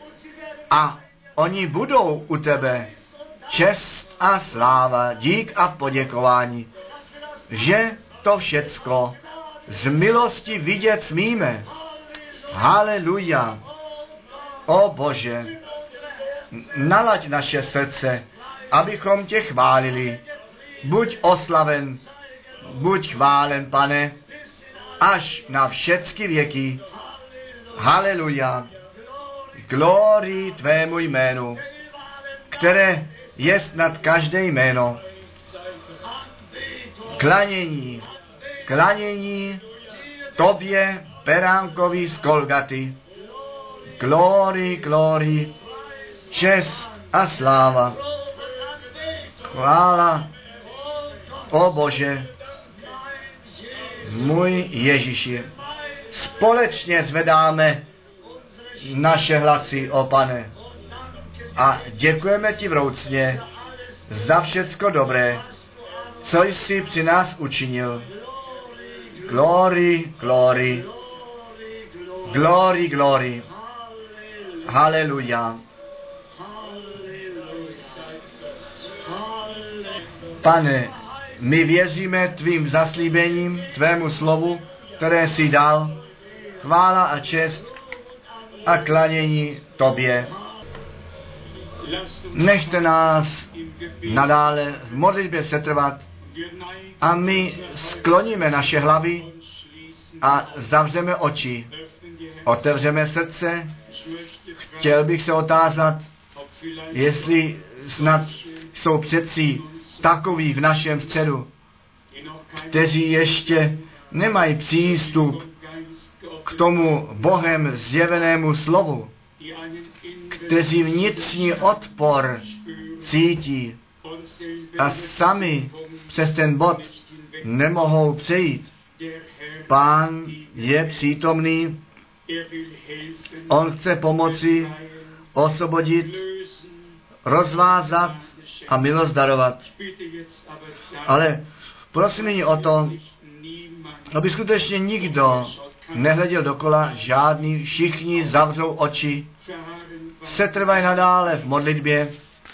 S1: a oni budou u tebe. Čest a sláva, dík a poděkování, že to všecko z milosti vidět smíme. Haleluja. O Bože, nalaď naše srdce, abychom tě chválili. Buď oslaven, buď chválen, Pane, až na všechny věky. Haleluja. Glory tvému jménu, které jest nad každé jméno. Klanění, klanění tobě, beránkovi z Golgaty. Glory, glory, čest a sláva. Chvála, o Bože, můj Ježíši. Společně zvedáme naše hlasy, o Pane. A děkujeme ti vroucně za všecko dobré, co jsi při nás učinil. Glory, glory, glory, glory. Haleluja. Pane, my věříme tvým zaslíbením, tvému slovu, které jsi dal. Chvála a čest a klanění tobě. Nechte nás nadále v modlitbě setrvat a my skloníme naše hlavy a zavřeme oči. Otevřeme srdce. Chtěl bych se otázat, jestli snad jsou přeci takoví v našem středu, kteří ještě nemají přístup k tomu Bohem zjevenému slovu, kteří vnitřní odpor cítí a sami přes ten bod nemohou přejít. Pán je přítomný, on chce pomoci, osvobodit, rozvázat a milost darovat. Ale prosím nyní o to, aby skutečně nikdo nehleděl dokola, žádný, všichni zavřou oči, setrvají nadále v modlitbě.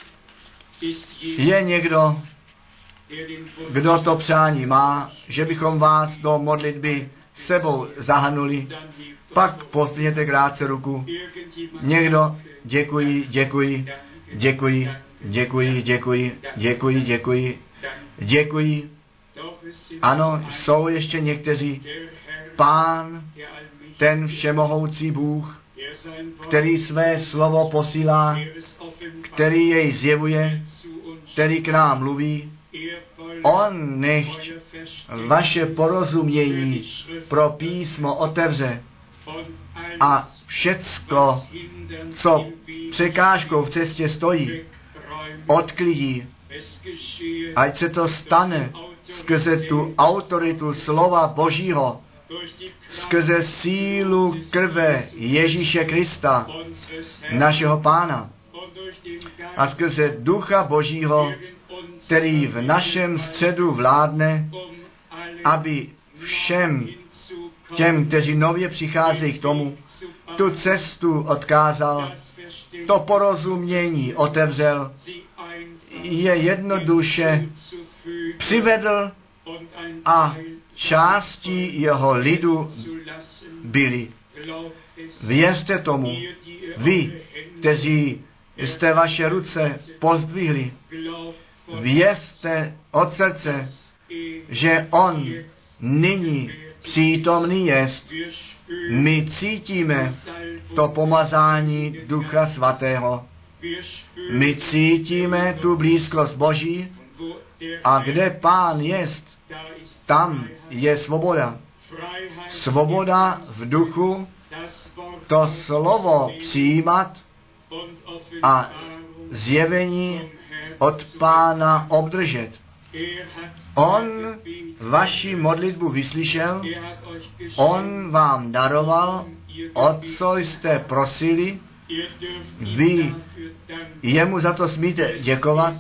S1: Je někdo, kdo to přání má, že bychom vás do modlitby sebou zahrnuli, pak pozdvihněte krátce ruku. Někdo, děkuji, děkuji, děkuji, děkuji, děkuji, děkuji, děkuji, děkuji. Ano, jsou ještě někteří. Pán, ten všemohoucí Bůh, který své slovo posílá, který jej zjevuje, který k nám mluví, on nechť vaše porozumění pro písmo otevře a všecko, co překážkou v cestě stojí, odklidí. Ať se to stane skrze tu autoritu slova Božího, skrze sílu krve Ježíše Krista, našeho Pána, a skrze Ducha Božího, který v našem středu vládne, aby všem těm, kteří nově přicházejí k tomu, tu cestu odkázal, to porozumění otevřel, je jednoduše přivedl a částí jeho lidu byli. Věřte tomu, vy, kteří jste vaše ruce pozdvihli, věřte od srdce, že on nyní přítomný jest. My cítíme to pomazání Ducha Svatého. My cítíme tu blízkost Boží a kde Pán jest, tam je svoboda. Svoboda v duchu, to slovo přijímat a zjevení od Pána obdržet. On vaši modlitbu vyslyšel, on vám daroval, o co jste prosili, vy jemu za to smíte děkovat.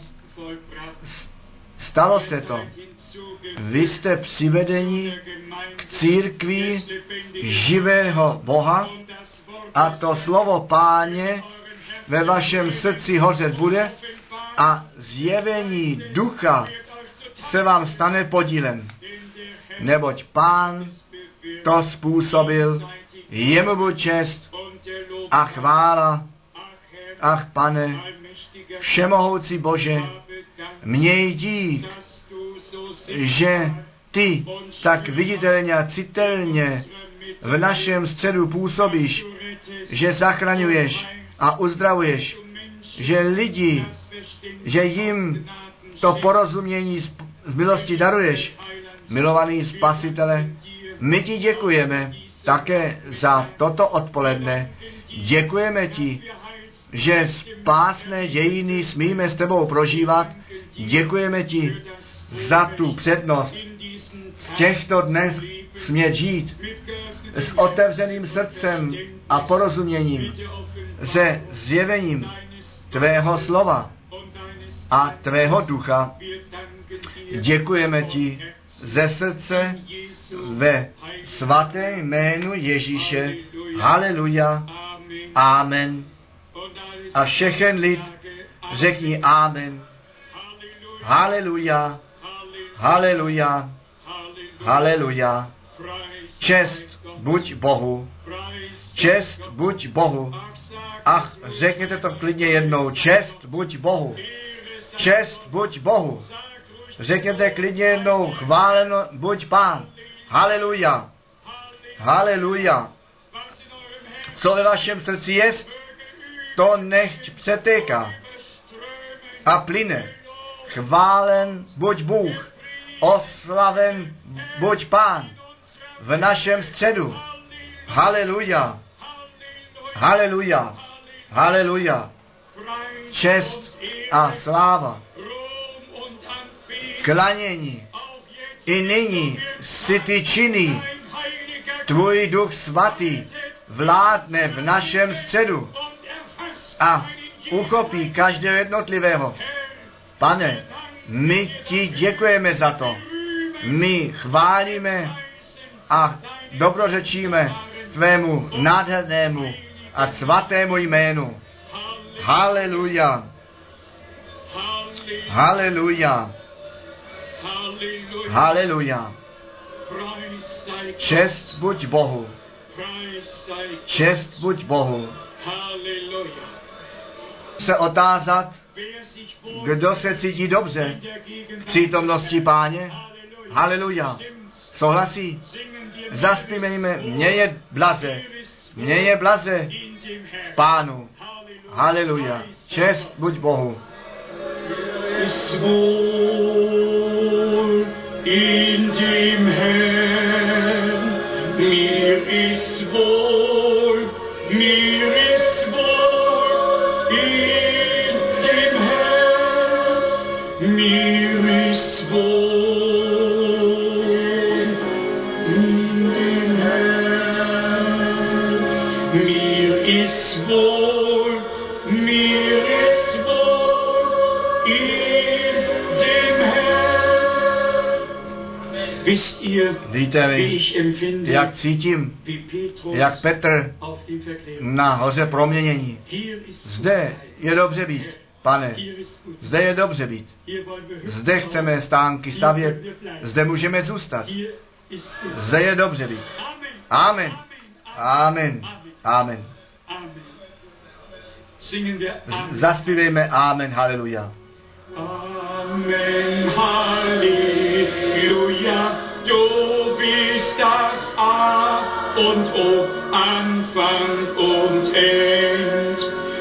S1: Stalo se to. Vy jste přivedeni k církvi živého Boha a to slovo Páně ve vašem srdci hořet bude a zjevení Ducha se vám stane podílem. Neboť Pán to způsobil, jemu buď čest a chvála. Ach, Pane, všemohoucí Bože, měj dík, že ty tak viditelně a citelně v našem středu působíš, že zachraňuješ a uzdravuješ, že lidi, že jim to porozumění z milosti daruješ. Milovaný Spasitele, my ti děkujeme také za toto odpoledne. Děkujeme ti, že spásné dějiny smíme s tebou prožívat. Děkujeme ti za tu přednost v těchto dnech smět žít s otevřeným srdcem a porozuměním, se zjevením tvého slova a tvého ducha. Děkujeme ti ze srdce ve svatém jménu Ježíše. Haleluja. Amen. A všechen lid řekni amen. Haleluja. Haleluja. Haleluja. Čest buď Bohu. Čest buď Bohu. Ach, řekněte to klidně jednou. Čest buď Bohu. Čest buď Bohu. Řekněte klidně jednou. Chváleno buď Pán. Haleluja. Haleluja. Co ve vašem srdci jest, to nechť přetéká a plyne. Chválen buď Bůh. Oslaven buď Pán v našem středu. Haleluja. Haleluja. Haleluja. Čest a sláva. Klanění. I nyní si ty činný. Tvůj Duch Svatý vládne v našem středu a uchopí každého jednotlivého. Pane, my ti děkujeme za to. My chválíme a dobrořečíme tvému nádhernému a svatému jménu. Haleluja. Haleluja. Haleluja. Čest buď Bohu. Čest buď Bohu. Se otázat, kdo se cítí dobře v přítomnosti Páně. Haleluja. Souhlasí? Zaspívejme, mně je blaze. Mně je blaze v Pánu. Haleluja. Čest buď Bohu. In dem Herrn, mir ist wohl, mir ist wohl, in dem Herrn, mir ist wohl, in dem
S2: ist wohl, mir ist wohl in dem Herrn. Wisst ihr,
S1: Víte
S2: wie
S1: vy,
S2: ich empfinde,
S1: jak cítím,
S2: wie Petrus
S1: jak Petr
S2: auf dem Verklärung.
S1: na hoře proměnění.
S2: Hier ist
S1: Zde je dobře být, Pane,
S2: Hier ist gut.
S1: zde je dobře být.
S2: Hier wollen wir Hütten
S1: Zde chceme
S2: bauen.
S1: stánky
S2: Hier
S1: stavět,
S2: können wir bleiben.
S1: zde můžeme zůstat.
S2: Hier ist gut.
S1: Zde je dobře být.
S2: Amen.
S1: Amen. Amen. Amen.
S2: Amen. Singen wir Amen.
S1: Zaspívejme Amen, haleluja.
S2: Amen, Halleluja, du bist das A und O, Anfang und End.